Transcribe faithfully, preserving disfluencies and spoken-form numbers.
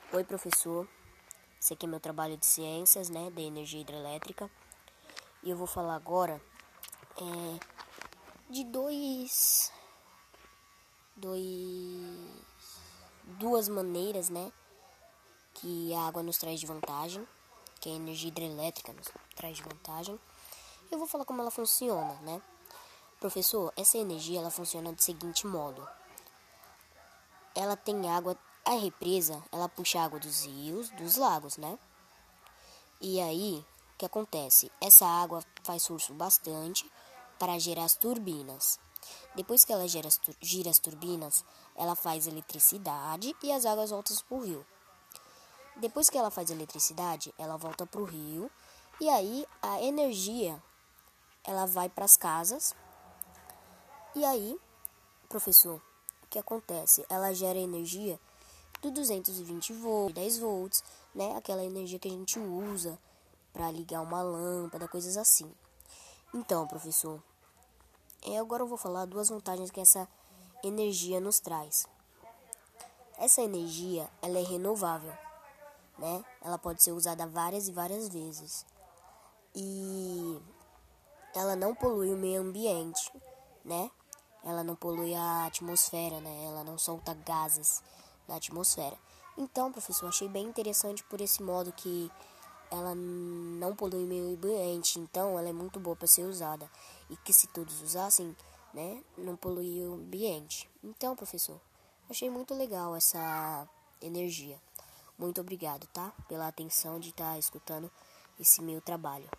Oi, professor. Esse aqui é meu trabalho de ciências, né, de energia hidrelétrica. E eu vou falar agora é, de dois, dois, duas maneiras, né, que a água nos traz de vantagem, que a energia hidrelétrica nos traz de vantagem. Eu vou falar como ela funciona, né? Professor, essa energia ela funciona do seguinte modo. Ela tem água, a represa, ela puxa água dos rios, dos lagos, né? E aí, o que acontece? Essa água faz surso bastante para gerar as turbinas. Depois que ela gera as, gira as turbinas, ela faz eletricidade e as águas voltam para o rio. Depois que ela faz eletricidade, ela volta para o rio e aí a energia ela vai para as casas. E aí, professor, o que acontece? Ela gera energia do duzentos e vinte volts, dez volts, né? Aquela energia que a gente usa para ligar uma lâmpada, coisas assim. Então, professor, agora eu vou falar duas vantagens que essa energia nos traz. Essa energia, ela é renovável, né? Ela pode ser usada várias e várias vezes. E ela não polui o meio ambiente, né? Ela não polui a atmosfera, né? Ela não solta gases na atmosfera. Então, professor, achei bem interessante por esse modo que ela não polui o meio ambiente, então ela é muito boa para ser usada. E que se todos usassem, né, não polui o ambiente. Então, professor, achei muito legal essa energia. Muito obrigado, tá? Pela atenção de estar escutando esse meu trabalho.